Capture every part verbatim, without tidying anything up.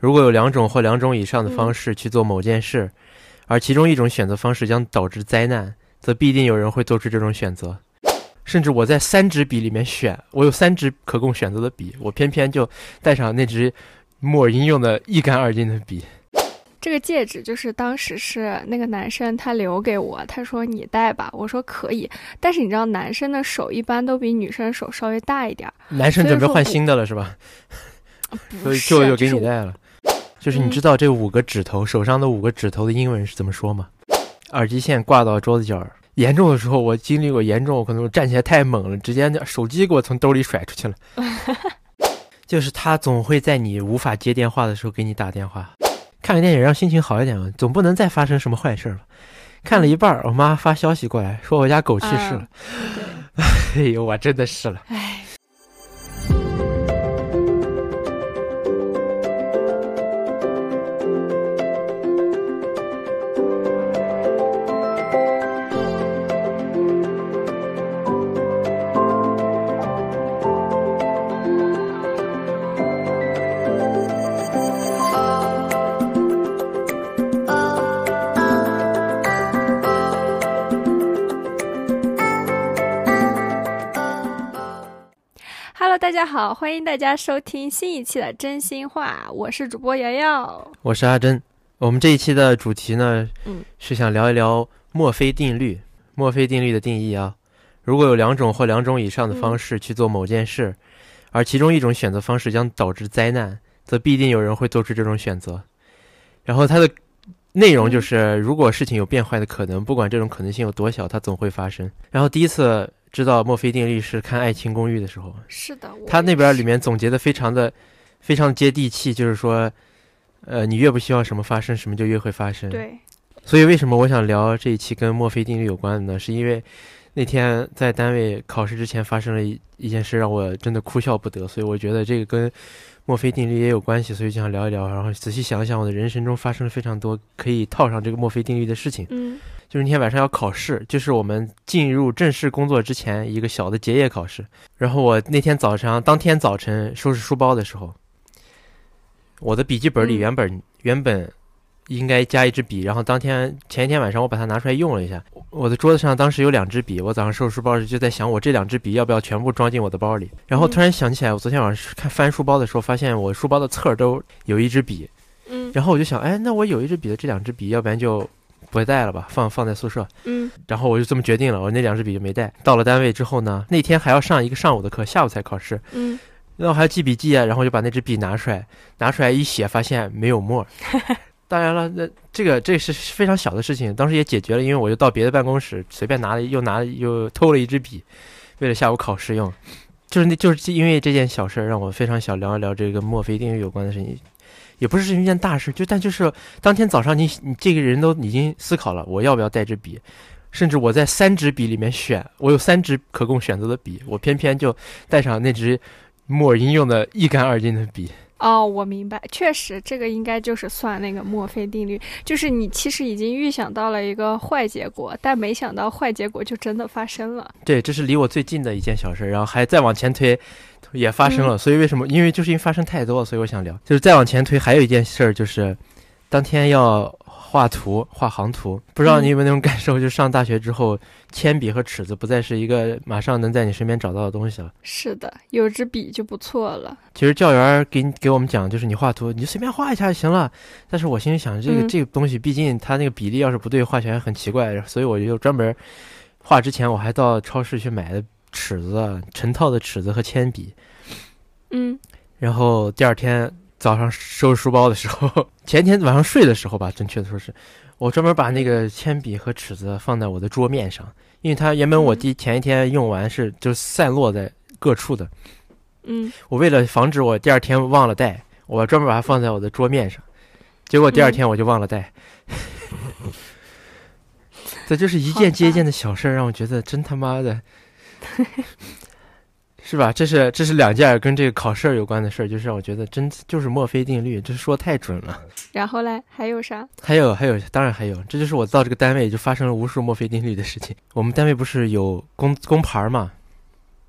如果有两种或两种以上的方式去做某件事，嗯、而其中一种选择方式将导致灾难，则必定有人会做出这种选择。甚至我在三支笔里面选，我有三支可供选择的笔，我偏偏就带上那支莫尔应用的一干二净的笔。 这个戒指就是当时是那个男生他留给我，他说你戴吧，我说可以。但是你知道男生的手一般都比女生手稍微大一点， 男生准备换新的了是吧？所以就就给你戴了。就是你知道这五个指头、嗯、手上的五个指头的英文是怎么说吗？耳机线挂到桌子角，严重的时候我经历过严重，我可能我站起来太猛了，直接手机给我从兜里甩出去了。就是他总会在你无法接电话的时候给你打电话。看个电影让心情好一点嘛，总不能再发生什么坏事了。看了一半，我妈发消息过来说我家狗去世了。嗯、哎呦，我真的是了。 哎。大家好，欢迎大家收听新一期的真心话，我是主播瑶瑶， 我是阿珍。我们这一期的主题呢，嗯，是想聊一聊墨菲定律。墨菲定律的定义啊，如果有两种或两种以上的方式去做某件事，嗯、而其中一种选择方式将导致灾难，则必定有人会做出这种选择。然后它的内容就是，嗯、如果事情有变坏的可能，不管这种可能性有多小，它总会发生。然后第一次知道墨菲定律是看《爱情公寓》的时候， 是的， 他那边里面总结的非常的非常接地气，就是说呃，你越不希望什么发生，什么就越会发生。 对， 所以为什么我想聊这一期跟墨菲定律有关的呢？是因为那天在单位考试之前发生了一一件事，让我真的哭笑不得，所以我觉得这个跟墨菲定律也有关系，所以就想聊一聊，然后仔细想一想，我的人生中发生了非常多可以套上这个墨菲定律的事情。 嗯， 就是那天晚上要考试，就是我们进入正式工作之前一个小的结业考试。然后我那天早上当天早晨收拾书包的时候，我的笔记本里原本、嗯、原本应该加一支笔，然后当天前一天晚上我把它拿出来用了一下。我的桌子上当时有两支笔，我早上收拾书包时就在想，我这两支笔要不要全部装进我的包里。然后突然想起来，我昨天晚上看翻书包的时候，发现我书包的侧都有一支笔。 嗯， 然后我就想，哎，那我有一支笔的这两支笔，要不然就不带了吧，放放在宿舍。 嗯， 然后我就这么决定了，我那两支笔就没带。到了单位之后呢，那天还要上一个上午的课，下午才考试。 嗯， 然后还要记笔记啊，然后就把那支笔拿出来，拿出来一写，发现没有墨。当然了，那这个这是非常小的事情，当时也解决了，因为我就到别的办公室随便拿了，又拿了又偷了一支笔，为了下午考试用。就是那就是因为这件小事让我非常想聊一聊这个墨菲定律有关的事情。也不是一件大事，就但就是当天早上你你这个人都已经思考了，我要不要带支笔，甚至我在三支笔里面选，我有三支可供选择的笔，我偏偏就带上那支莫尔应用的一干二净的笔。 哦，我明白，确实这个应该就是算那个墨菲定律，就是你其实已经预想到了一个坏结果，但没想到坏结果就真的发生了。 对，这是离我最近的一件小事，然后还再往前推也发生了、嗯、所以为什么？因为就是因为发生太多了，所以我想聊。就是再往前推还有一件事，就是当天要画图画航图，不知道你有没有那种感受、嗯、就上大学之后铅笔和尺子不再是一个马上能在你身边找到的东西了。 是的，有支笔就不错了。 其实教员给给我们讲，就是你画图你就随便画一下就行了，但是我心里想这个、嗯、这个东西毕竟它那个比例要是不对画起来很奇怪，所以我就专门画之前我还到超市去买的尺子，成套的尺子和铅笔。 嗯， 然后第二天早上收拾书包的时候，前天晚上睡的时候吧，准确的说是我专门把那个铅笔和尺子放在我的桌面上，因为它原本我第前一天用完是就散落在各处的。 嗯， 我为了防止我第二天忘了带，我专门把它放在我的桌面上，结果第二天我就忘了带。嗯、这就是一件接一件的小事，让我觉得真他妈的是吧？这是这是两件跟这个考试有关的事，就是让我觉得真就是墨菲定律，这说太准了。 然后嘞，还有啥？ 还有还有，当然还有，这就是我到这个单位就发生了无数墨菲定律的事情。我们单位不是有工工牌嘛？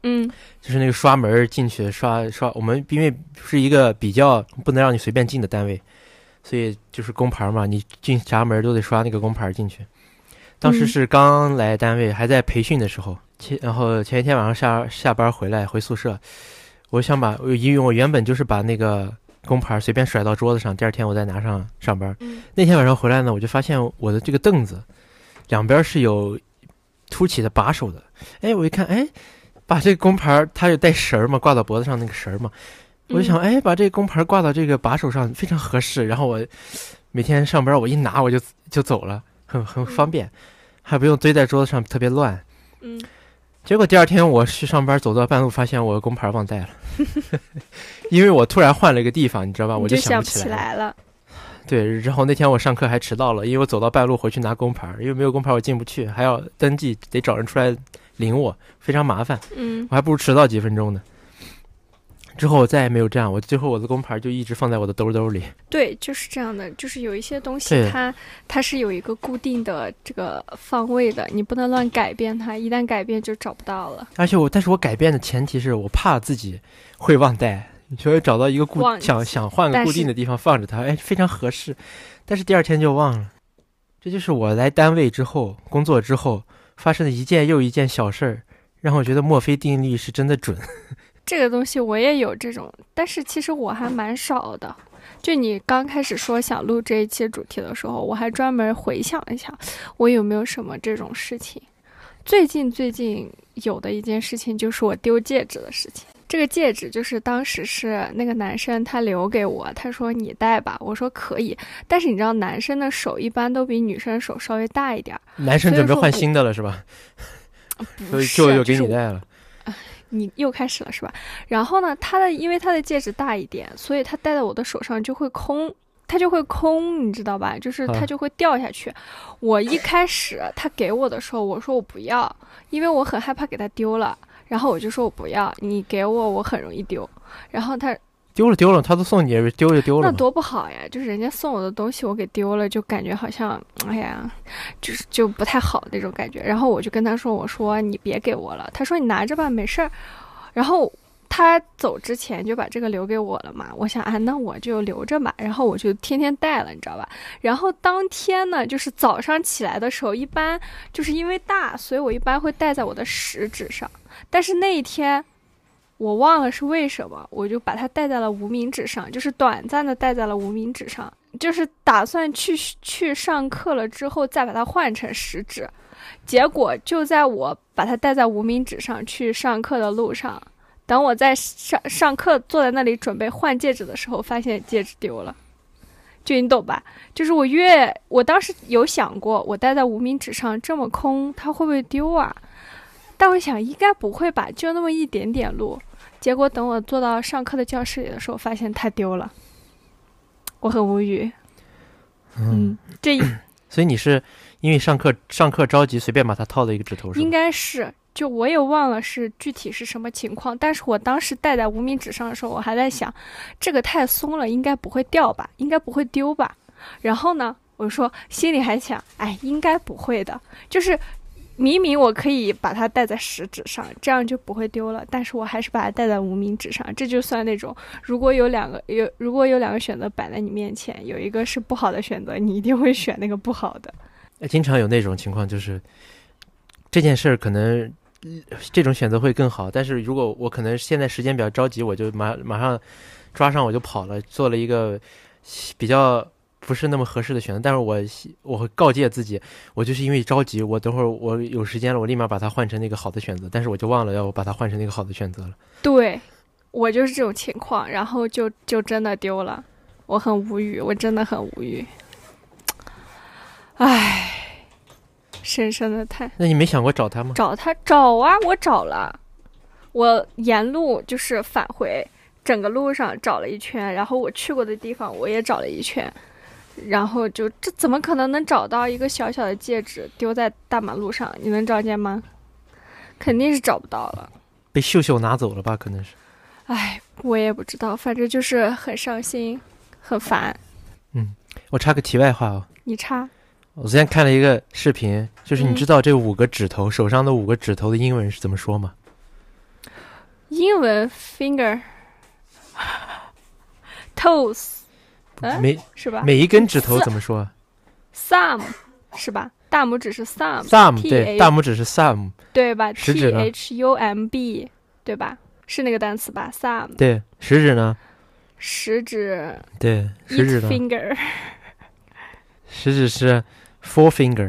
嗯， 就是那个刷门进去刷刷，我们因为是一个比较不能让你随便进的单位，所以就是工牌嘛，你进啥门都得刷那个工牌进去。当时是刚来单位，还在培训的时候，前然后前一天晚上下下班回来回宿舍，我想把，因为我原本就是把那个工牌随便甩到桌子上，第二天我再拿上上班。 嗯、 那天晚上回来呢，我就发现我的这个凳子两边是有凸起的把手的。哎，我一看，哎，把这个工牌它有带绳嘛，挂到脖子上那个绳嘛，我就想，哎，把这个工牌挂到这个把手上非常合适。然后我每天上班我一拿我就就走了。很很方便，还不用堆在桌子上特别乱。 嗯， 结果第二天我去上班，走到半路发现我的工牌忘带了，因为我突然换了一个地方，你知道吧？我就想不起来了。 对，然后那天我上课还迟到了，因为我走到半路回去拿工牌，因为没有工牌我进不去，还要登记，得找人出来领我，非常麻烦。 嗯， 我还不如迟到几分钟呢。之后我再也没有这样，我最后我的工牌就一直放在我的兜兜里。 对，就是这样的，就是有一些东西它它是有一个固定的这个方位的，你不能乱改变它，一旦改变就找不到了。 而且我，但是我改变的前提是我怕自己会忘带，所以找到一个固想想换个固定的地方放着它，哎，非常合适。但是第二天就忘了，这就是我来单位之后工作之后发生的一件又一件小事儿，让我觉得墨菲定律是真的准。 这个东西我也有这种，但是其实我还蛮少的。就你刚开始说想录这一期主题的时候，我还专门回想了一下，我有没有什么这种事情。最近最近有的一件事情就是我丢戒指的事情。这个戒指就是当时是那个男生他留给我，他说你戴吧，我说可以。但是你知道男生的手一般都比女生手稍微大一点， 男生准备换新的了是吧？所以就又给你戴了。 你又开始了是吧？然后呢，他的因为他的戒指大一点，所以他戴在我的手上就会空，他就会空，你知道吧？就是他就会掉下去。啊、我一开始他给我的时候，我说我不要，因为我很害怕给他丢了。然后我就说我不要，你给我，我很容易丢。然后他丢了丢了，他都送你，丢就丢了。 那多不好呀！就是人家送我的东西，我给丢了，就感觉好像，哎呀，就是就不太好那种感觉。然后我就跟他说：“我说你别给我了。”他说：“你拿着吧，没事儿。”然后他走之前就把这个留给我了嘛。我想啊，那我就留着吧。然后我就天天戴了，你知道吧？然后当天呢，就是早上起来的时候，一般就是因为大，所以我一般会戴在我的食指上。但是那一天。我忘了是为什么，我就把它戴在了无名指上，就是短暂的戴在了无名指上，就是打算去去上课了之后再把它换成食指。结果就在我把它戴在无名指上去上课的路上，等我在上上课坐在那里准备换戒指的时候，发现戒指丢了。就你懂吧？就是我越我当时有想过，我戴在无名指上这么空，它会不会丢啊？但我想应该不会吧，就那么一点点路。结果等我坐到上课的教室里的时候，发现它丢了，我很无语。嗯，这所以你是因为上课上课着急，随便把它套在一个指头上？ 应该是，就我也忘了是具体是什么情况，但是我当时戴在无名指上的时候，我还在想，这个太松了，应该不会掉吧，应该不会丢吧。然后呢，我说心里还想，哎，应该不会的，就是。明明我可以把它戴在食指上，这样就不会丢了，但是我还是把它戴在无名指上，这就算那种如果有两个有如果有两个选择摆在你面前，有一个是不好的选择，你一定会选那个不好的。 经常有那种情况，就是这件事可能这种选择会更好，但是如果我可能现在时间比较着急，我就马马上抓上我就跑了，做了一个比较不是那么合适的选择，但是我我会告诫自己，我就是因为着急，我等会儿我有时间了，我立马把它换成那个好的选择，但是我就忘了要把它换成那个好的选择了。 对，我就是这种情况，然后就就真的丢了，我很无语，我真的很无语。唉，深深的叹。 那你没想过找他吗？ 找他找啊，我找了，我沿路就是返回，整个路上找了一圈，然后我去过的地方我也找了一圈。然后就这怎么可能能找到一个小小的戒指丢在大马路上？你能找见吗？肯定是找不到了， 被秀秀拿走了吧？可能是。 哎，我也不知道，反正就是很伤心，很烦。 嗯，我插个题外话哦。 你插。 我昨天看了一个视频，就是你知道这五个指头、嗯、手上的五个指头的英文是怎么说吗？ 英文 finger toes 嗯每是吧？ 每一根指头怎么说 thumb 是吧？大拇指是 thumb ？thumb T 对， H 大拇指是 thumb， 对吧？T 食指呢 H U M B 对吧？是那个单词吧 ？thumb 对，食指呢？ 食指对，食指 eat 呢？ finger 食指是 forefinger，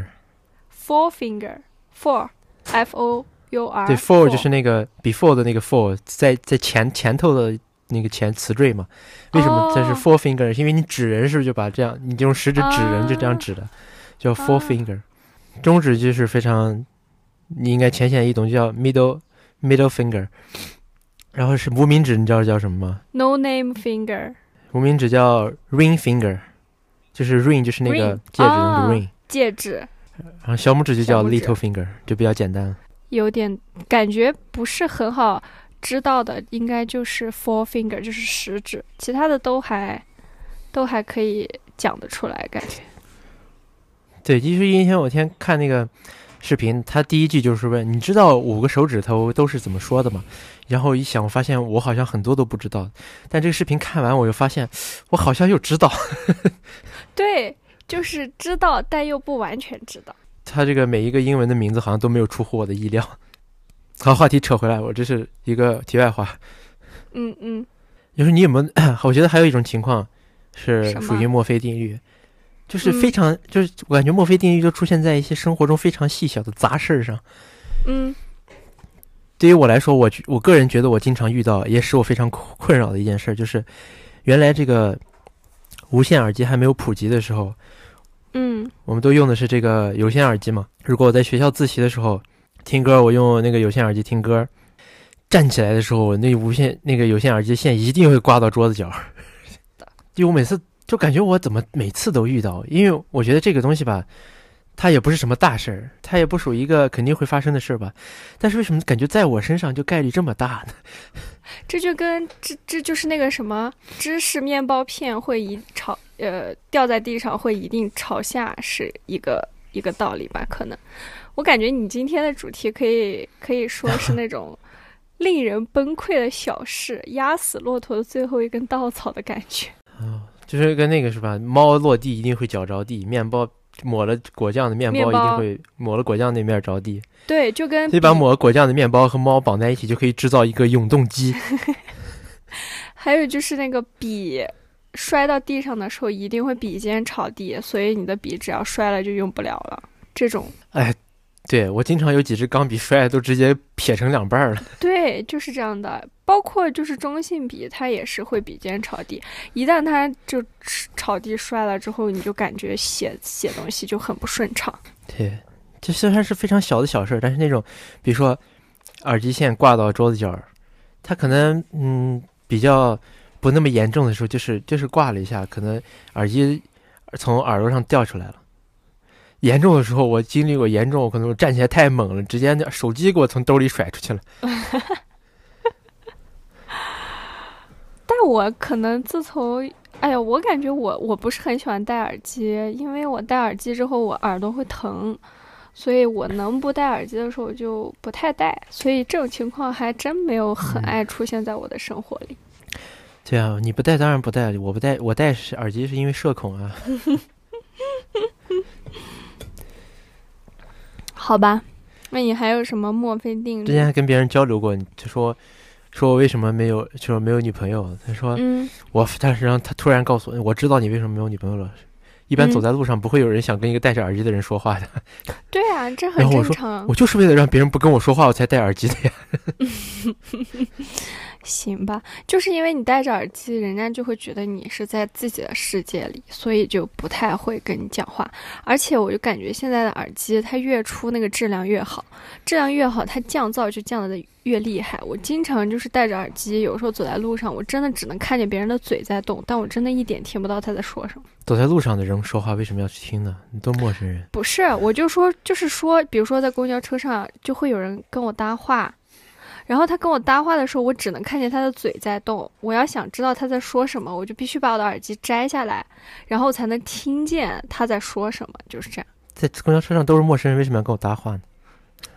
forefinger four F O U R 对 ，fore 就是那个 before 的那个 fore，在在前前头的那个前词缀嘛。为什么这是哦 forefinger？、因为你指人是不是就把这样，你就用食指指人就这样指的，叫 forefinger。中指就是非常，你应该浅显易懂，就叫 middle middle finger。然后是无名指，你知道叫什么吗？ no name finger 无名指叫 ring finger， 就是 ring 就是那个 Ring， 戒指的那哦个 ring，、 戒指然后小拇指就叫小拇指 little finger， 就比较简单。 有点感觉不是很好知道的，应该就是 forefinger 就是食指，其他的都还都还可以讲得出来，感觉。 对，其实那天我天看那个视频，他第一句就是问你知道五个手指头都是怎么说的吗？然后一想，我发现我好像很多都不知道，但这个视频看完，我又发现我好像又知道。 对，就是知道，但又不完全知道。 他这个每一个英文的名字好像都没有出乎我的意料。好，话题扯回来，我这是一个题外话。 嗯嗯， 就是你有没有？我觉得还有一种情况是什么属于墨菲定律，就是嗯非常、就是我感觉墨菲定律就出现在一些生活中非常细小的杂事上。 嗯对于我来说，我我个人觉得我经常遇到，也使我非常困扰的一件事，就是原来这个无线耳机还没有普及的时候， 嗯我们都用的是这个有线耳机嘛。如果我在学校自习的时候听歌，我用那个有线耳机听歌，站起来的时候，那无线那个有线耳机线一定会刮到桌子角。就我每次就感觉我怎么每次都遇到，因为我觉得这个东西吧，它也不是什么大事儿，它也不属于一个肯定会发生的事儿吧。但是为什么感觉在我身上就概率这么大呢？ 这就跟这这就是那个什么芝士面包片会一朝呃掉在地上会一定朝下是一个一个道理吧？可能我感觉你今天的主题可以可以说是那种令人崩溃的小事，压死骆驼的最后一根稻草的感觉。 哦，就是跟那个是吧？猫落地一定会脚着地，面包抹了果酱的面包一面包定会抹了果酱那面着地。 对，就跟所以把抹果酱的面包和猫绑在一起，就可以制造一个永动机。 还有就是那个笔摔到地上的时候，一定会笔尖朝地，所以你的笔只要摔了就用不了了。这种哎，对，我经常有几支钢笔摔都直接撇成两半了。 对，就是这样的。包括就是中性笔，它也是会笔尖朝地，一旦它就朝地摔了之后，你就感觉写写东西就很不顺畅。 对，这虽然是非常小的小事，但是那种比如说耳机线挂到桌子角，它可能嗯比较不那么严重的时候，就是就是挂了一下，可能耳机从耳朵上掉出来了。严重的时候，我经历过严重，我可能我站起来太猛了，直接那手机给我从兜里甩出去了。 但我可能自从，哎呀，我感觉我我不是很喜欢戴耳机，因为我戴耳机之后我耳朵会疼，所以我能不戴耳机的时候我就不太戴，所以这种情况还真没有很爱出现在我的生活里。 对啊，你不戴当然不戴，我不戴，我戴耳机是因为社恐啊。 好吧，那你还有什么墨菲定律？ 之前还跟别人交流过，就说说我为什么没有，说没有女朋友。他说， 嗯， 我，但是让他突然告诉我，我知道你为什么没有女朋友了。一般走在路上不会有人想跟一个戴着耳机的人说话的。 对啊，这很正常。 我就是为了让别人不跟我说话，我才戴耳机的呀。 行吧，就是因为你戴着耳机，人家就会觉得你是在自己的世界里，所以就不太会跟你讲话。而且我就感觉现在的耳机，它越出那个质量越好，质量越好，它降噪就降得越厉害。我经常就是戴着耳机，有时候走在路上，我真的只能看见别人的嘴在动，但我真的一点听不到他在说什么。 走在路上的人说话为什么要去听呢？你都陌生人。 不是，我就说，就是说，比如说在公交车上，就会有人跟我搭话。然后他跟我搭话的时候，我只能看见他的嘴在动。我要想知道他在说什么，我就必须把我的耳机摘下来，然后才能听见他在说什么。就是这样。 在公交车上都是陌生人，为什么要跟我搭话呢？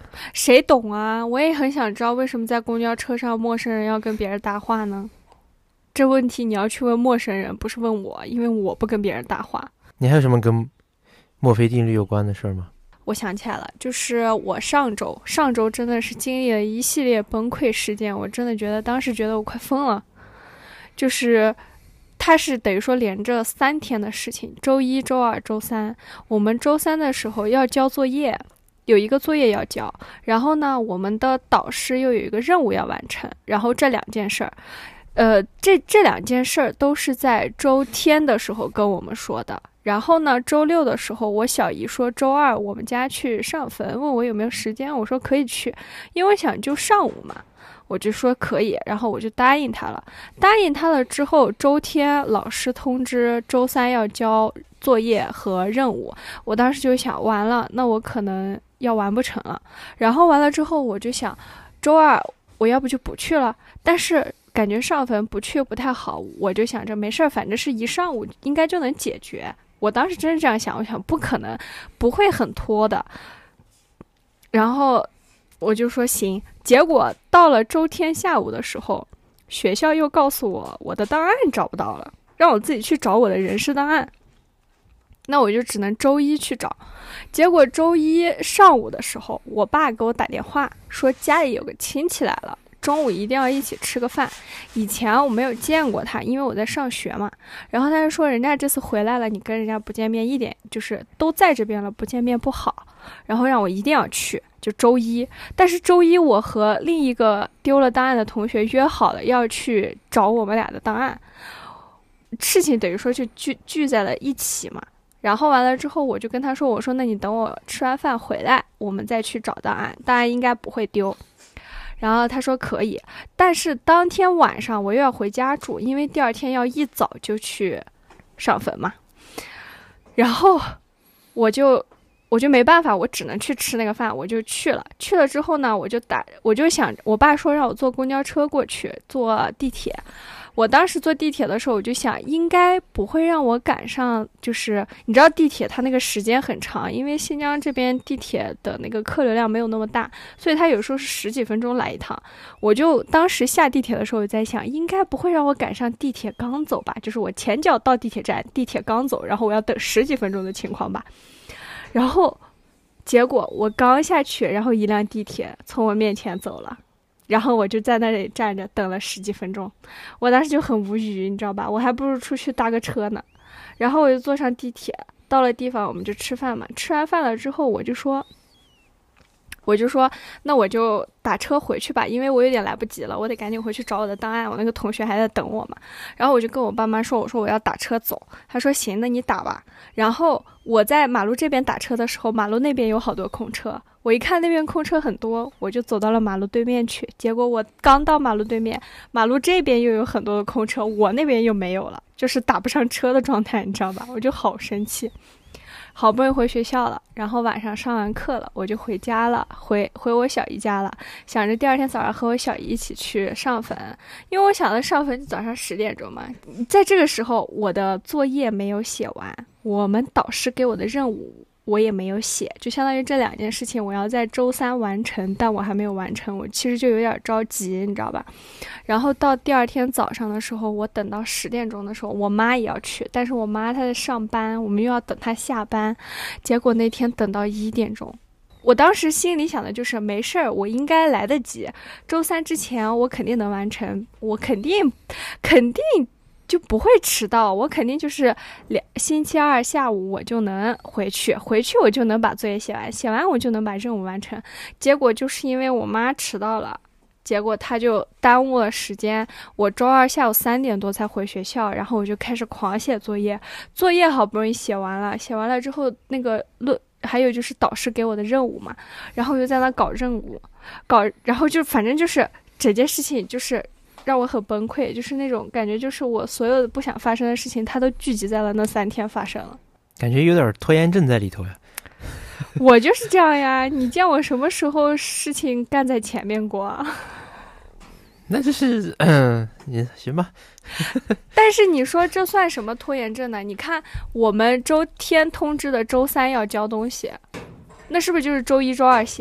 谁懂啊？我也很想知道为什么在公交车上陌生人要跟别人搭话呢？这问题你要去问陌生人，不是问我，因为我不跟别人搭话。 你还有什么跟墨菲定律有关的事儿吗？ 我想起来了，就是我上周上周真的是经历了一系列崩溃事件，我真的觉得当时觉得我快疯了。就是它是等于说连着三天的事情，周一周二周三，我们周三的时候要交作业，有一个作业要交，然后呢我们的导师又有一个任务要完成，然后这两件事儿呃，这这两件事儿都是在周天的时候跟我们说的。然后呢，周六的时候，我小姨说周二我们家去上坟，问我有没有时间，我说可以去，因为我想就上午嘛，我就说可以，然后我就答应她了。答应她了之后，周天老师通知周三要交作业和任务，我当时就想完了，那我可能要完不成了。然后完了之后，我就想周二我要不就不去了，但是感觉上坟不去不太好，我就想着没事儿，反正是一上午应该就能解决。我当时真是这样想，我想不可能，不会很拖的。然后我就说行，结果到了周天下午的时候，学校又告诉我我的档案找不到了，让我自己去找我的人事档案。那我就只能周一去找。结果周一上午的时候，我爸给我打电话说家里有个亲戚来了，中午一定要一起吃个饭。以前我没有见过他，因为我在上学嘛。然后他就说人家这次回来了，你跟人家不见面一点就是都在这边了，不见面不好，然后让我一定要去，就周一。但是周一我和另一个丢了档案的同学约好了要去找我们俩的档案，事情等于说就聚聚在了一起嘛。然后完了之后，我就跟他说，我说那你等我吃完饭回来，我们再去找档案，档案应该不会丢。然后他说可以，但是当天晚上我又要回家住，因为第二天要一早就去上坟嘛。然后我就我就没办法，我只能去吃那个饭，我就去了。去了之后呢，我就打我就想，我爸说让我坐公交车过去，坐地铁。我当时坐地铁的时候，我就想应该不会让我赶上，就是你知道地铁它那个时间很长，因为新疆这边地铁的那个客流量没有那么大，所以它有时候是十几分钟来一趟。我就当时下地铁的时候在想，应该不会让我赶上地铁刚走吧，就是我前脚到地铁站，地铁刚走，然后我要等十几分钟的情况吧。然后结果我刚下去，然后一辆地铁从我面前走了，然后我就在那里站着等了十几分钟。我当时就很无语，你知道吧，我还不如出去搭个车呢。然后我就坐上地铁，到了地方我们就吃饭嘛。吃完饭了之后，我就说我就说那我就打车回去吧，因为我有点来不及了，我得赶紧回去找我的档案，我那个同学还在等我嘛。然后我就跟我爸妈说，我说我要打车走。他说行，那你打吧。然后我在马路这边打车的时候，马路那边有好多空车，我一看那边空车很多，我就走到了马路对面去。结果我刚到马路对面，马路这边又有很多的空车，我那边又没有了，就是打不上车的状态，你知道吧？我就好生气。好不容易回学校了，然后晚上上完课了，我就回家了，回回我小姨家了，想着第二天早上和我小姨一起去上坟，因为我想着上坟早上十点钟嘛。在这个时候，我的作业没有写完，我们导师给我的任务我也没有写，就相当于这两件事情我要在周三完成，但我还没有完成，我其实就有点着急，你知道吧？然后到第二天早上的时候，我等到十点钟的时候，我妈也要去，但是我妈她在上班，我们又要等她下班，结果那天等到一点钟。我当时心里想的就是没事儿，我应该来得及，周三之前我肯定能完成，我肯定肯定就不会迟到，我肯定就是两星期二下午我就能回去，回去我就能把作业写完，写完我就能把任务完成。结果就是因为我妈迟到了，结果她就耽误了时间，我周二下午三点多才回学校，然后我就开始狂写作业，作业好不容易写完了，写完了之后那个论还有就是导师给我的任务嘛，然后我就在那搞任务，搞然后就反正就是整件事情就是让我很崩溃，就是那种感觉，就是我所有的不想发生的事情，它都聚集在了那三天发生了，感觉有点拖延症在里头呀。 我就是这样呀，你见我什么时候事情干在前面过啊？ 那就是嗯，你行吧。 但是你说这算什么拖延症呢？你看我们周天通知的周三要交东西，那是不是就是周一周二写？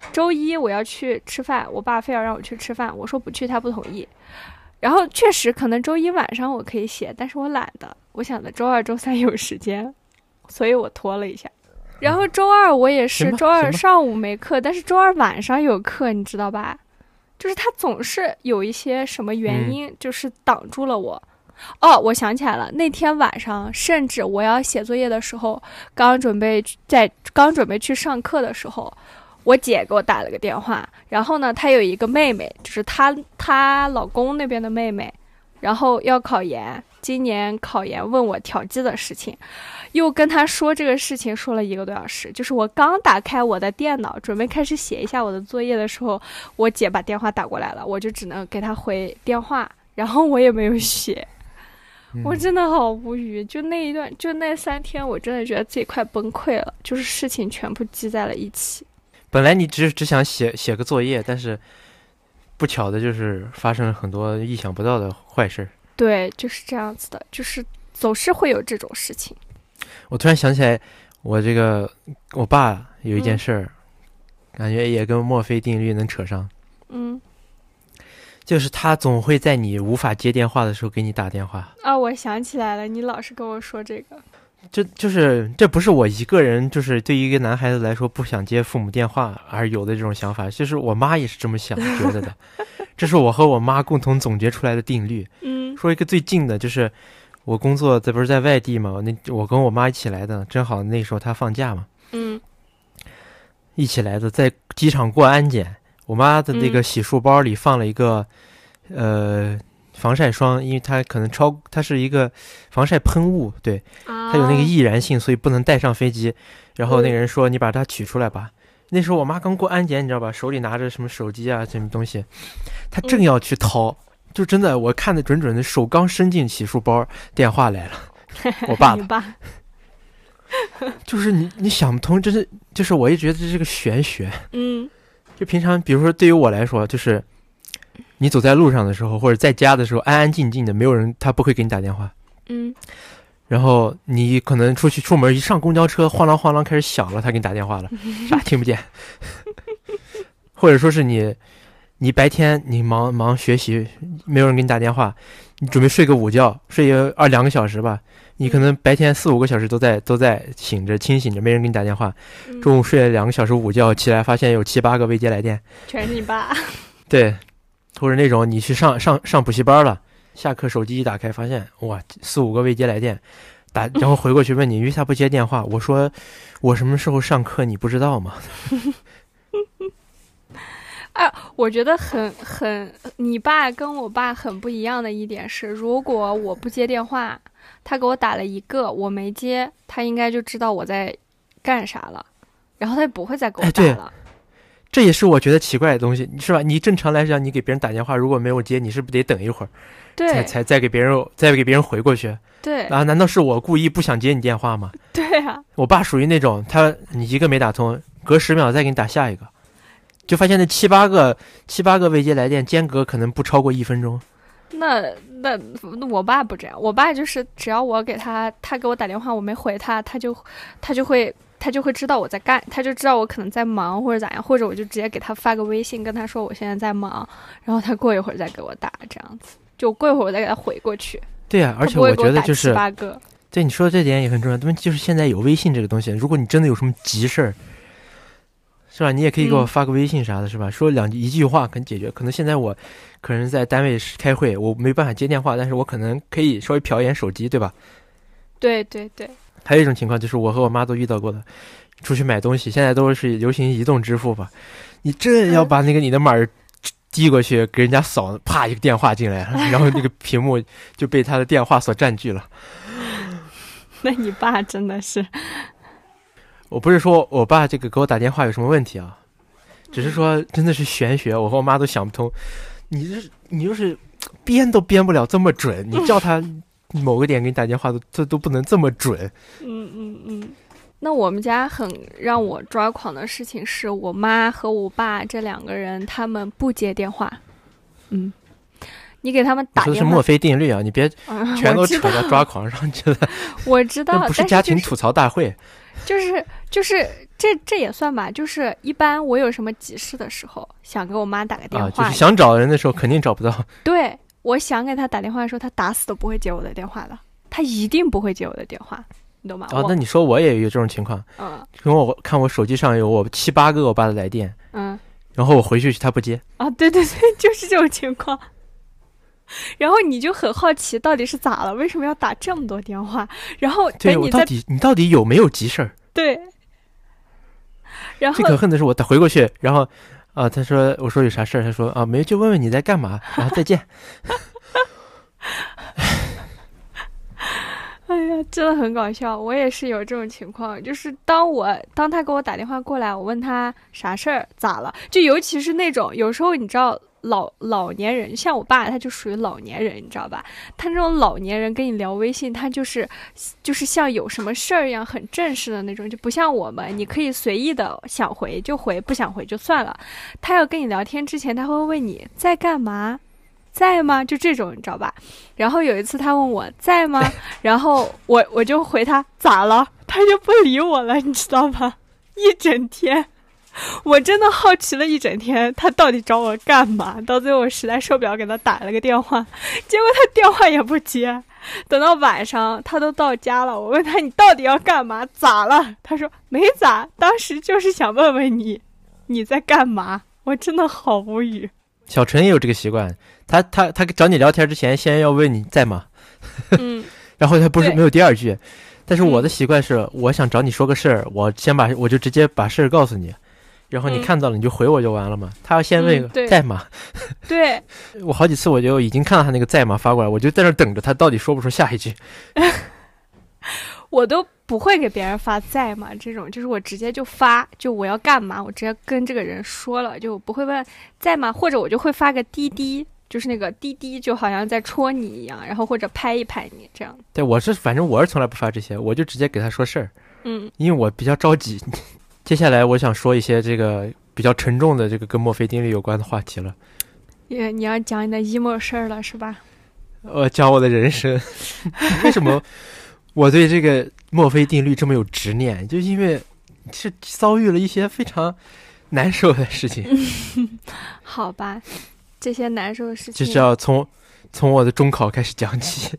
周一我要去吃饭，我爸非要让我去吃饭，我说不去，他不同意。然后确实可能周一晚上我可以写，但是我懒得，我想着周二周三有时间，所以我拖了一下。然后周二我也是，周二上午没课，但是周二晚上有课，你知道吧？就是他总是有一些什么原因，嗯、就是挡住了我。哦，我想起来了，那天晚上甚至我要写作业的时候，刚准备在刚准备去上课的时候，我姐给我打了个电话，然后呢，她有一个妹妹，就是她她老公那边的妹妹，然后要考研，今年考研问我调剂的事情，又跟她说这个事情说了一个多小时，就是我刚打开我的电脑准备开始写一下我的作业的时候，我姐把电话打过来了，我就只能给她回电话，然后我也没有写。我真的好无语，就那一段，就那三天，我真的觉得自己快崩溃了，就是事情全部积在了一起。 本来你只只想写写个作业，但是不巧的就是发生了很多意想不到的坏事。 对，就是这样子的，就是总是会有这种事情。 我突然想起来，我这个我爸有一件事儿、嗯，感觉也跟墨菲定律能扯上。 嗯。 就是他总会在你无法接电话的时候给你打电话啊！我想起来了，你老是跟我说这个， 这就是这不是我一个人，就是对于一个男孩子来说不想接父母电话而有的这种想法，就是我妈也是这么想觉得的，这是我和我妈共同总结出来的定律。 嗯， 说一个最近的，就是我工作在不是在外地嘛，那我跟我妈一起来的，正好那时候她放假嘛， 嗯， 一起来的，在机场过安检。我妈的那个洗漱包里放了一个、嗯、呃防晒霜，因为它可能超，它是一个防晒喷雾，对，它有那个易燃性，所以不能带上飞机。然后那个人说：“你把它取出来吧。嗯”那时候我妈刚过安检，你知道吧？手里拿着什么手机啊，什么东西，她正要去掏，嗯、就真的我看的准准的，手刚伸进洗漱包，电话来了，我爸的。 你爸就是你，你想不通，这是就是我一直觉得这是个玄学。 嗯。 就平常比如说对于我来说，就是你走在路上的时候或者在家的时候安安静静的，没有人，他不会给你打电话。 嗯， 然后你可能出去出门一上公交车晃啷晃啷开始响了，他给你打电话了，啥听不见。或者说是你你白天你忙忙学习，没有人给你打电话，你准备睡个午觉，睡个二两个小时吧，你可能白天四五个小时都在都在醒着清醒着，没人给你打电话，中午睡了两个小时午觉，起来发现有七八个未接来电， 全是你爸。 对，或者那种你去上上上补习班了，下课手机一打开发现哇四五个未接来电，打然后回过去问你为啥不接电话，我说我什么时候上课你不知道吗？ 哎，我觉得很很，你爸跟我爸很不一样的一点是，如果我不接电话，他给我打了一个，我没接，他应该就知道我在干啥了，然后他也不会再给我打了。 哎、这也是我觉得奇怪的东西，是吧？你正常来讲，你给别人打电话，如果没有接，你是不是得等一会儿， 对， 才才再给别人再给别人回过去？ 对啊，难道是我故意不想接你电话吗？ 对啊， 我爸属于那种，他你一个没打通，隔十秒再给你打下一个。就发现那七八个七八个未接来电间隔可能不超过一分钟。 那那我爸不这样，我爸就是只要我给他，他给我打电话我没回他，他就他就会他就会知道我在干，他就知道我可能在忙或者咋样，或者我就直接给他发个微信跟他说我现在在忙，然后他过一会儿再给我打，这样子就过一会儿我再给他回过去。 对啊，而且我觉得就是八个。 对你说的这点也很重要，他们就是现在有微信这个东西，如果你真的有什么急事儿。是吧？你也可以给我发个微信啥的，嗯、是吧？说两一句话可以解决。可能现在我可能在单位开会，我没办法接电话，但是我可能可以稍微瞟一眼手机，对吧？ 对对对。 还有一种情况就是我和我妈都遇到过的，出去买东西，现在都是流行移动支付吧？你这要把那个你的码递过去，给人家扫，啪一个电话进来，然后那个屏幕就被他的电话所占据了。 那你爸真的是。 我不是说我爸这个给我打电话有什么问题啊，只是说真的是玄学，我和我妈都想不通。你这你就是编都编不了这么准，你叫他某个点给你打电话都这都不能这么准。 嗯嗯嗯。那我们家很让我抓狂的事情是我妈和我爸这两个人，他们不接电话。嗯。你给他们打电话， 你说的是墨菲定律啊，你别全都扯到抓狂上去了。 我知道， 那不是家庭吐槽大会。 就是就是这这也算吧，就是一般我有什么急事的时候，想给我妈打个电啊， 话， 就是想找人的时候肯定找不到。 对，我想给她打电话的时候，她打死都不会接我的电话的，她一定不会接我的电话，你懂吗？ 哦，那你说我也有这种情况， 嗯， 因为我看我手机上有我七八个我爸的来电， 嗯， 然后我回去他不接。 啊，对对对，就是这种情况。然后你就很好奇到底是咋了，为什么要打这么多电话？然后对， 等你在我到底你到底有没有急事儿？ 对，然后最可恨的是我打回过去，然后啊，他说我说有啥事儿，他说啊没，就问问你在干嘛，然后再见。 哎呀，真的很搞笑，我也是有这种情况，就是当我当他给我打电话过来，我问他啥事儿咋了，就尤其是那种有时候你知道老老年人，像我爸他就属于老年人，你知道吧？他那种老年人跟你聊微信，他就是就是像有什么事儿一样很正式的那种，就不像我们，你可以随意的想回就回，不想回就算了。他要跟你聊天之前，他会问你在干嘛。在吗？就这种你知道吧？然后有一次他问我在吗，然后我我就回他咋了，他就不理我了，你知道吗？一整天，我真的好奇了一整天，他到底找我干嘛？到最后我实在受不了，给他打了个电话，结果他电话也不接。等到晚上他都到家了，我问他你到底要干嘛？咋了？他说没咋，当时就是想问问你你在干嘛。我真的好无语。 小陈也有这个习惯，他他他找你聊天之前，先要问你在吗？ 嗯， 然后他不是对没有第二句，但是我的习惯是，我想找你说个事儿，我先把我就直接把事儿告诉你，然后你嗯看到了你就回我就完了嘛。他要先问嗯对在吗？ 对， 我好几次我就已经看到他那个在吗发过来，我就在那等着他到底说不出下一句。 我都不会给别人发在吗这种，就是我直接就发，就我要干嘛，我直接跟这个人说了，就不会问在吗，或者我就会发个滴滴，就是那个滴滴，就好像在戳你一样，然后或者拍一拍你这样。 对，我是反正我是从来不发这些，我就直接给他说事儿， 嗯， 因为我比较着急。接下来我想说一些这个比较沉重的这个跟墨菲定律有关的话题了。 你你要讲你的 emo 事儿了是吧？ 我讲我的人生，为什么我对这个墨菲定律这么有执念？就因为是遭遇了一些非常难受的事情。 好吧，这些难受的事情就是要从从我的中考开始讲起。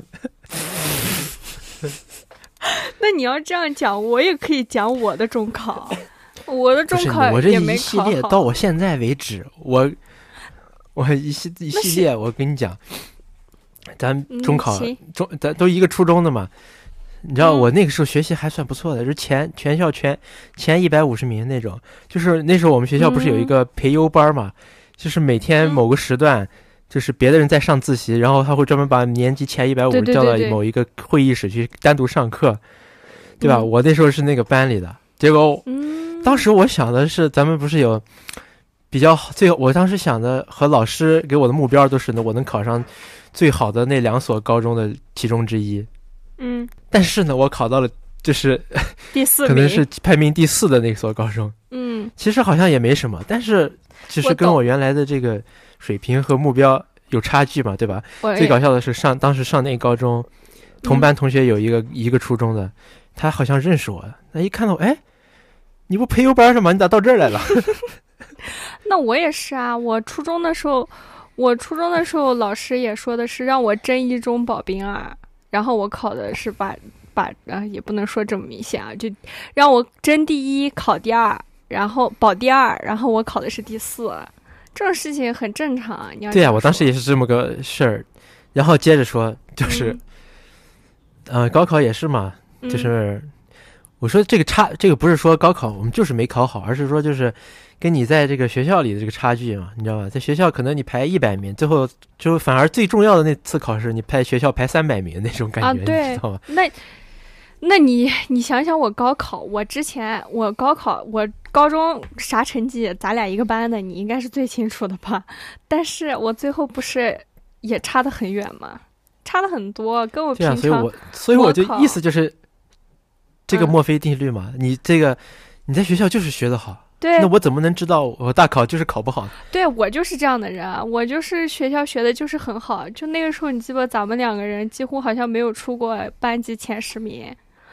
那你要这样讲，我也可以讲我的中考。我的不是中考我这也没一系考好。 列到我现在为止，我我一系一系列，我跟你讲，咱中考、 嗯、 中咱都一个初中的嘛。你知道嗯我那个时候学习还算不错的，是前全校全前一百五十名那种。就是那时候我们学校不是有一个培优班嘛，嗯、就是每天某个时段，就是别的人在上自习，然后他会专门把年级前一百五十叫到某一个会议室去单独上课，对吧？ 嗯、 我那时候是那个班里的，结果， 嗯， 当时我想的是，咱们不是有比较最，我当时想的和老师给我的目标都是呢，我能考上最好的那两所高中的其中之一。 嗯， 但是呢，我考到了就是第四名， 可能是排名第四的那所高中。 嗯， 其实好像也没什么，但是只是跟我原来的这个水平和目标有差距嘛，对吧？最搞笑的是上当时上那高中，同班同学有一个、嗯、一个初中的，他好像认识我，那一看到，哎，你不培优班是吗？你咋到这儿来了？ 那我也是啊，我初中的时候，我初中的时候老师也说的是让我争一中保兵二。然后我考的是把把啊，也不能说这么明显啊，就让我争第一，考第二，然后保第二，然后我考的是第四，这种事情很正常。你要对啊，我当时也是这么个事儿。然后接着说，就是，嗯、呃，高考也是嘛，就是、嗯、我说这个差，这个不是说高考我们就是没考好，而是说就是跟你在这个学校里的这个差距嘛，你知道吧？在学校可能你排一百名，最后就反而最重要的那次考试，你排学校排三百名那种感觉， 啊、对， 你知道吗？ 那，那你你想想我高考，我之前我高考我高中啥成绩，咱俩一个班的，你应该是最清楚的吧？但是我最后不是也差得很远吗？差得很多，跟我平常。 对啊，所以我所以我就意思就是这个墨菲定律嘛，嗯、你这个你在学校就是学得好。 对， 那我怎么能知道我大考就是考不好？ 对，我就是这样的人，我就是学校学的就是很好，就那个时候你记得咱们两个人几乎好像没有出过班级前十名，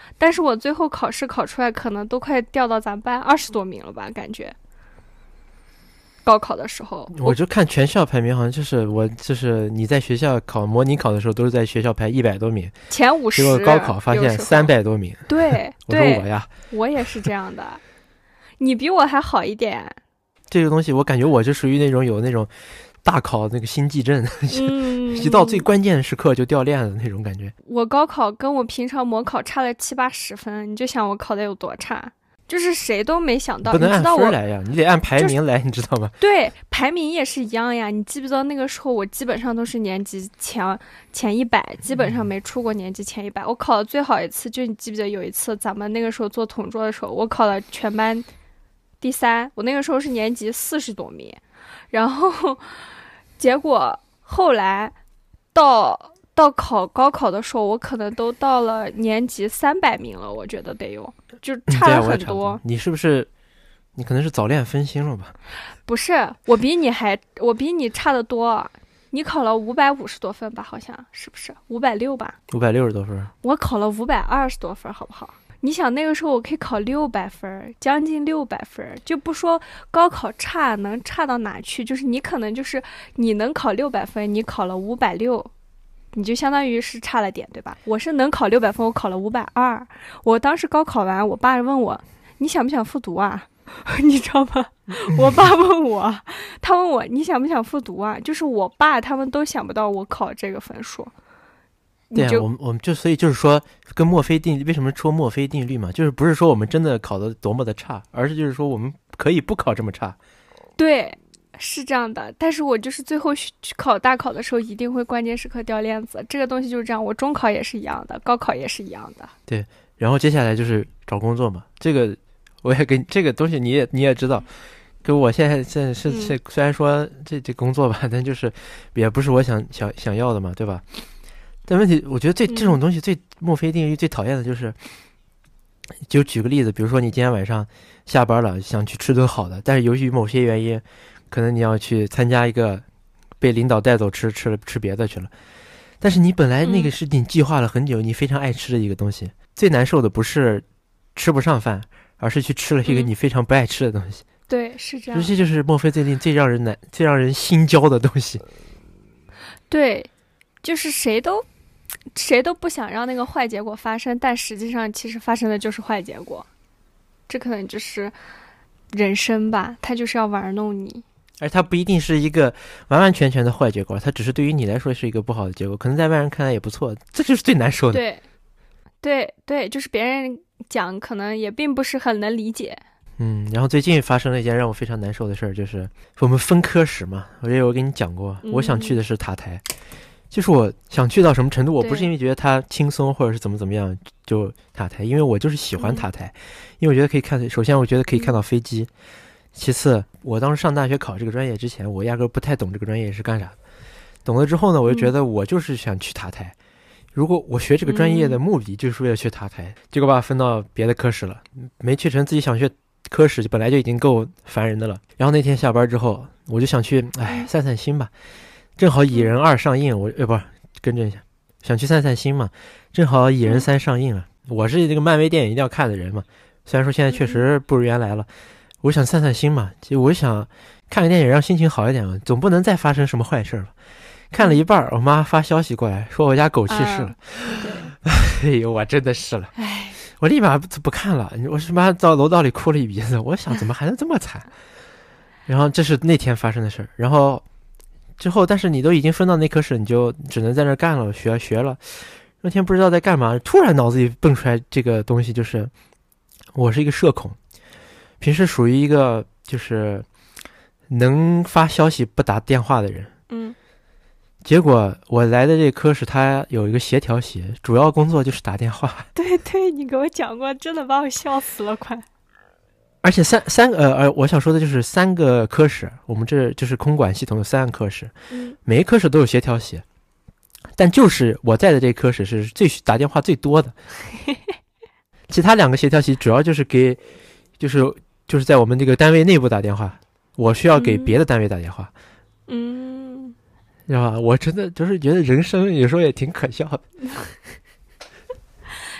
但是我最后考试考出来，可能都快掉到咱班二十多名了吧，感觉。高考的时候， 我就看全校排名，好像就是我就是你在学校考模拟考的时候，都是在学校排一百多名， 前五十。 结果高考发现三百多名。 对， 我说我呀， 我也是这样的，你比我还好一点。 这个东西我感觉我就属于那种有那种大考那个心悸症，嗯、一到最关键的时刻就掉链子那种感觉。 我高考跟我平常模考差了七八十分，你就想我考的有多差。就是谁都没想到， 不能按分来呀，你得按排名来，你知道吗？ 对，排名也是一样呀。你记不记得那个时候，我基本上都是年级前前一百，基本上没出过年级前一百。我考的最好一次，就你记不记得有一次咱们那个时候做同桌的时候，我考了全班第三，我那个时候是年级四十多名，然后结果后来到到考高考的时候，我可能都到了年级三百名了，我觉得得有。就差了很多、 嗯、你是不是你可能是早恋分心了吧？ 不是，我比你还我比你差得多。你考了五百五十多分吧，好像是不是五百六吧？ 五百六十多分。 我考了五百二十多分，好不好？你想那个时候我可以考六百分，将近六百分，就不说高考差能差到哪去，就是你可能就是你能考六百分，你考了五百六。你就相当于是差了点，对吧？我是能考六百分，我考了五百二。我当时高考完，我爸问我：“你想不想复读啊？”你知道吗？我爸问我，他问我：“你想不想复读啊？”就是我爸他们都想不到我考这个分数。 对啊，我们我们就所以就是说，跟墨菲定律为什么说墨菲定律嘛？就是不是说我们真的考得多么的差，而是就是说我们可以不考这么差。 对。是这样的，但是我就是最后去考大考的时候，一定会关键时刻掉链子。这个东西就是这样，我中考也是一样的，高考也是一样的。 对，然后接下来就是找工作嘛。这个我也跟这个东西你也你也知道，跟我现在现在是、嗯、虽然说这这工作吧，但就是也不是我想想想要的嘛，对吧？但问题我觉得最这种东西最墨菲定律最讨厌的就是，就举个例子，比如说你今天晚上下班了，想去吃顿好的，但是由于某些原因。可能你要去参加一个被领导带走吃吃了吃别的去了，但是你本来那个是你计划了很久、嗯、你非常爱吃的一个东西，最难受的不是吃不上饭，而是去吃了一个你非常不爱吃的东西。 嗯、对，是这样。 这就是墨菲定律最让人难、最让人心焦的东西。 对，就是谁都谁都不想让那个坏结果发生，但实际上其实发生的就是坏结果。这可能就是人生吧，他就是要玩弄你。 而它不一定是一个完完全全的坏结果，它只是对于你来说是一个不好的结果，可能在外人看来也不错，这就是最难受的。 对，对，对，就是别人讲可能也并不是很能理解。 嗯，然后最近发生了一件让我非常难受的事儿，就是我们分科室嘛，我也有跟你讲过， 嗯、 我想去的是塔台，就是我想去到什么程度，我不是因为觉得它轻松或者是怎么怎么样就塔台，因为我就是喜欢塔台，嗯、因为我觉得可以看，首先我觉得可以看到飞机。嗯其次，我当时上大学考这个专业之前，我压根不太懂这个专业是干啥的。懂了之后呢，我就觉得我就是想去塔台。如果我学这个专业的目的就是为了去塔台，嗯、结果把我分到别的科室了，没去成自己想学科室，本来就已经够烦人的了。然后那天下班之后，我就想去，哎，散散心吧。正好《蚁人二》上映，我呃不更正一下，想去散散心嘛。正好《蚁人三》上映了，我是这个漫威电影一定要看的人嘛。虽然说现在确实不如原来了。我想散散心嘛，其实我想看个电影让心情好一点嘛，总不能再发生什么坏事了。看了一半，我妈发消息过来说我家狗去世了。啊、哎呦，我真的是了，我立马不不看了，我他妈到楼道里哭了一鼻子。我想怎么还能这么惨？然后这是那天发生的事儿，然后之后，但是你都已经分到那科室，你就只能在那干了，学学了。那天不知道在干嘛，突然脑子里蹦出来这个东西，就是我是一个社恐。平时属于一个就是能发消息不打电话的人， 嗯， 结果我来的这科室他有一个协调系，主要工作就是打电话。 对对，你给我讲过，真的把我笑死了，快！ 而且三三个呃呃，我想说的就是三个科室，我们这就是空管系统有三个科室， 嗯， 每一科室都有协调系，但就是我在的这个科室是最打电话最多的，其他两个协调系主要就是给就是。就是在我们这个单位内部打电话，我需要给别的单位打电话， 嗯， 知道吧？我真的就是觉得人生有时候也挺可笑的。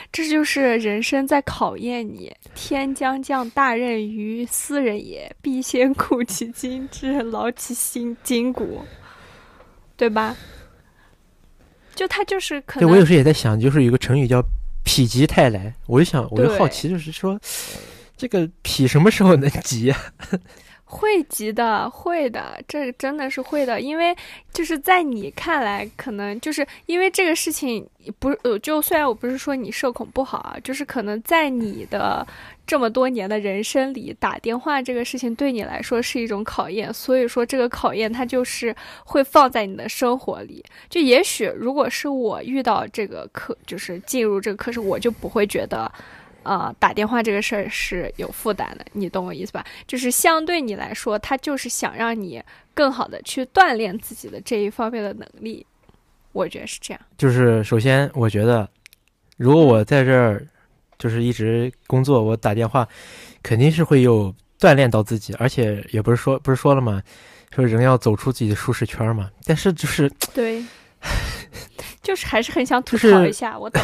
这就是人生在考验你。天将降大任于斯人也，必先苦其心志，劳其心筋骨，对吧？就他就是可能， 对，我有时也在想，就是有个成语叫否极泰来，我就想，我就好奇，就是说这个否什么时候能急啊？ 会急的，会的，这真的是会的，因为就是在你看来，可能就是因为这个事情不是，呃，就虽然我不是说你社恐不好啊，就是可能在你的这么多年的人生里，打电话这个事情对你来说是一种考验，所以说这个考验它就是会放在你的生活里。就也许如果是我遇到这个课，就是进入这个课时，我就不会觉得。呃，打电话这个事儿是有负担的，你懂我意思吧？就是相对你来说，他就是想让你更好的去锻炼自己的这一方面的能力，我觉得是这样。 就是首先，我觉得如果我在这儿就是一直工作，我打电话肯定是会有锻炼到自己，而且也不是说不是说了吗？说人要走出自己的舒适圈嘛。但是就是对，就是还是很想吐槽一下，就是、我懂。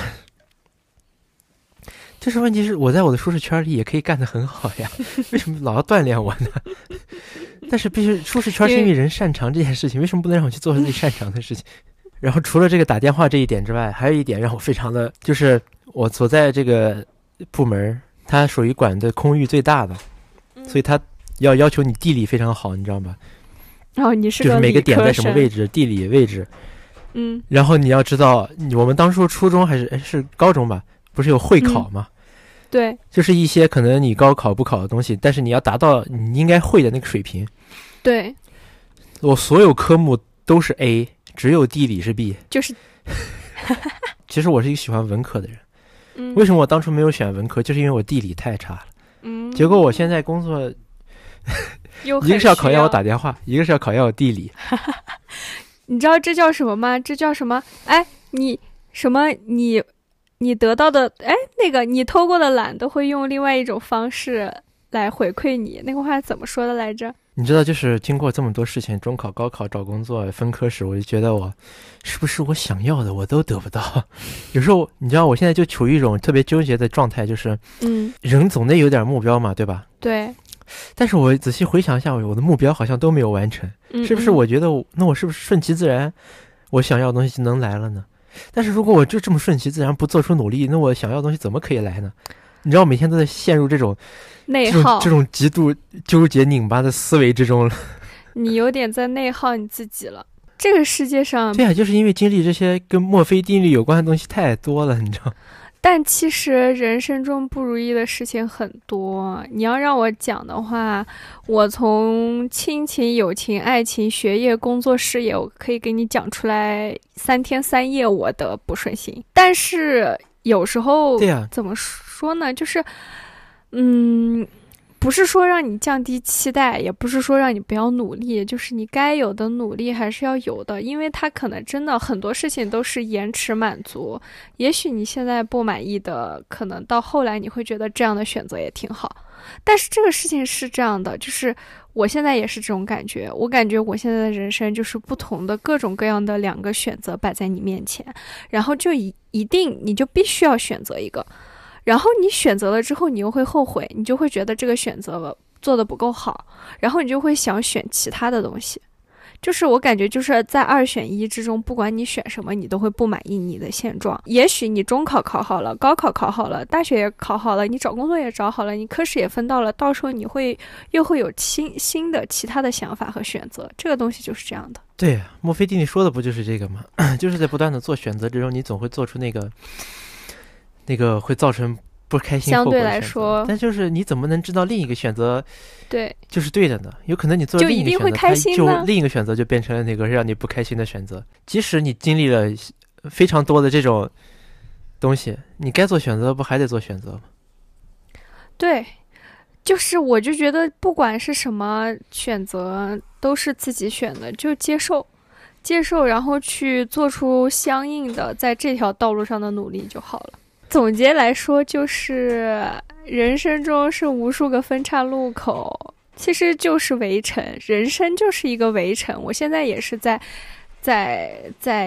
就是问题是我在我的舒适圈里也可以干得很好呀，为什么老要锻炼我呢？但是必须舒适圈是因为人擅长这件事情，为什么不能让我去做自己擅长的事情？然后除了这个打电话这一点之外，还有一点让我非常的，就是我所在这个部门，它属于管的空域最大的，所以它要要求你地理非常好，你知道吧？ 哦，你是个就是每个点在什么位置，地理位置。 嗯。 然后你要知道，我们当初初中还是哎是高中吧，不是有会考吗？ 嗯对， 就是一些可能你高考不考的东西，但是你要达到你应该会的那个水平。 对， 我所有科目都是 A， 只有地理是 B。 就是其实我是一个喜欢文科的人、 嗯、 为什么我当初没有选文科，就是因为我地理太差了。 嗯， 结果我现在工作又一个是要考验我打电话，一个是要考验我地理。 你知道这叫什么吗？这叫什么？哎，你什么你你得到的，哎，那个你偷过的懒都会用另外一种方式来回馈你，那个话怎么说的来着？ 你知道，就是经过这么多事情，中考、高考、找工作、分科时，我就觉得我是不是我想要的我都得不到。有时候你知道，我现在就处于一种特别纠结的状态，就是嗯， 人总得有点目标嘛，对吧？ 对。 但是我仔细回想一下，我的目标好像都没有完成， 嗯嗯， 是不是我觉得我那我是不是顺其自然，我想要的东西就能来了呢？但是如果我就这么顺其自然不做出努力，那我想要的东西怎么可以来呢？你知道我每天都在陷入这种内耗， 这种极度纠结拧巴的思维之中了。 你有点在内耗你自己了。这个世界上， 对啊，就是因为经历这些跟墨菲定律有关的东西太多了，你知道。 但其实人生中不如意的事情很多，你要让我讲的话，我从亲情、友情、爱情、学业、工作、事业，我可以给你讲出来三天三夜我的不顺心。但是有时候， 对呀， 怎么说呢？就是，嗯。不是说让你降低期待，也不是说让你不要努力，就是你该有的努力还是要有的，因为它可能真的很多事情都是延迟满足。也许你现在不满意的，可能到后来你会觉得这样的选择也挺好。但是这个事情是这样的，就是我现在也是这种感觉，我感觉我现在的人生就是不同的各种各样的两个选择摆在你面前，然后就一一定你就必须要选择一个。然后你选择了之后，你又会后悔，你就会觉得这个选择做得不够好，然后你就会想选其他的东西。就是我感觉就是在二选一之中，不管你选什么，你都会不满意你的现状。也许你中考考好了，高考考好了，大学也考好了，你找工作也找好了，你科室也分到了，到时候你会又会有新新的其他的想法和选择。这个东西就是这样的。 对，墨菲定律说的不就是这个吗？就是在不断的做选择之中，你总会做出那个那个会造成不开心后果的选择。相对来说，但就是你怎么能知道另一个选择对就是对的呢？有可能你做另一个选择，它就另一个选择就变成了那个让你不开心的选择。即使你经历了非常多的这种东西，你该做选择不还得做选择吗？ 对，就是我就觉得不管是什么选择都是自己选的，就接受接受，然后去做出相应的在这条道路上的努力就好了。总结来说，就是人生中是无数个分岔路口，其实就是围城，人生就是一个围城。我现在也是在在在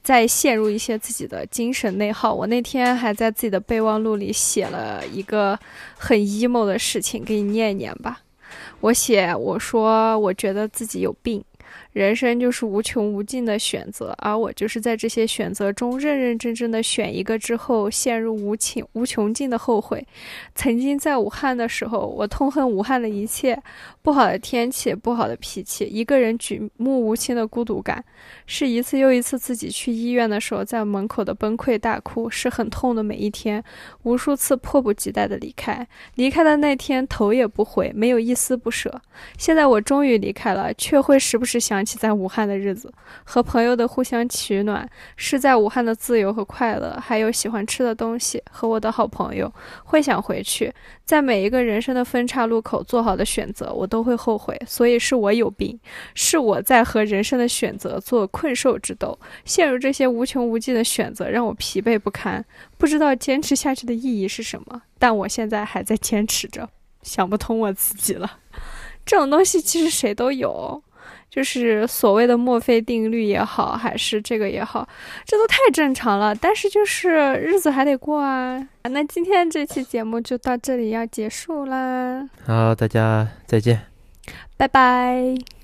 再陷入一些自己的精神内耗。我那天还在自己的备忘录里写了一个很 emo 的事情，给你念一念吧。我写我说我觉得自己有病，人生就是无穷无尽的选择，而我就是在这些选择中认认真真的选一个之后，陷入无穷无穷尽的后悔。曾经在武汉的时候，我痛恨武汉的一切，不好的天气，不好的脾气，一个人举目无亲的孤独感，是一次又一次自己去医院的时候在门口的崩溃大哭，是很痛的每一天，无数次迫不及待的离开，离开的那天头也不回，没有一丝不舍。现在我终于离开了，却会时不时想起在武汉的日子，和朋友的互相取暖，是在武汉的自由和快乐，还有喜欢吃的东西和我的好朋友，会想回去。在每一个人生的分岔路口做好的选择，我都会后悔，所以是我有病，是我在和人生的选择做困兽之斗，陷入这些无穷无尽的选择让我疲惫不堪，不知道坚持下去的意义是什么，但我现在还在坚持着，想不通我自己了。这种东西其实谁都有，就是所谓的墨菲定律也好，还是这个也好，这都太正常了，但是就是日子还得过啊。那今天这期节目就到这里要结束啦， 好，大家再见， 拜拜。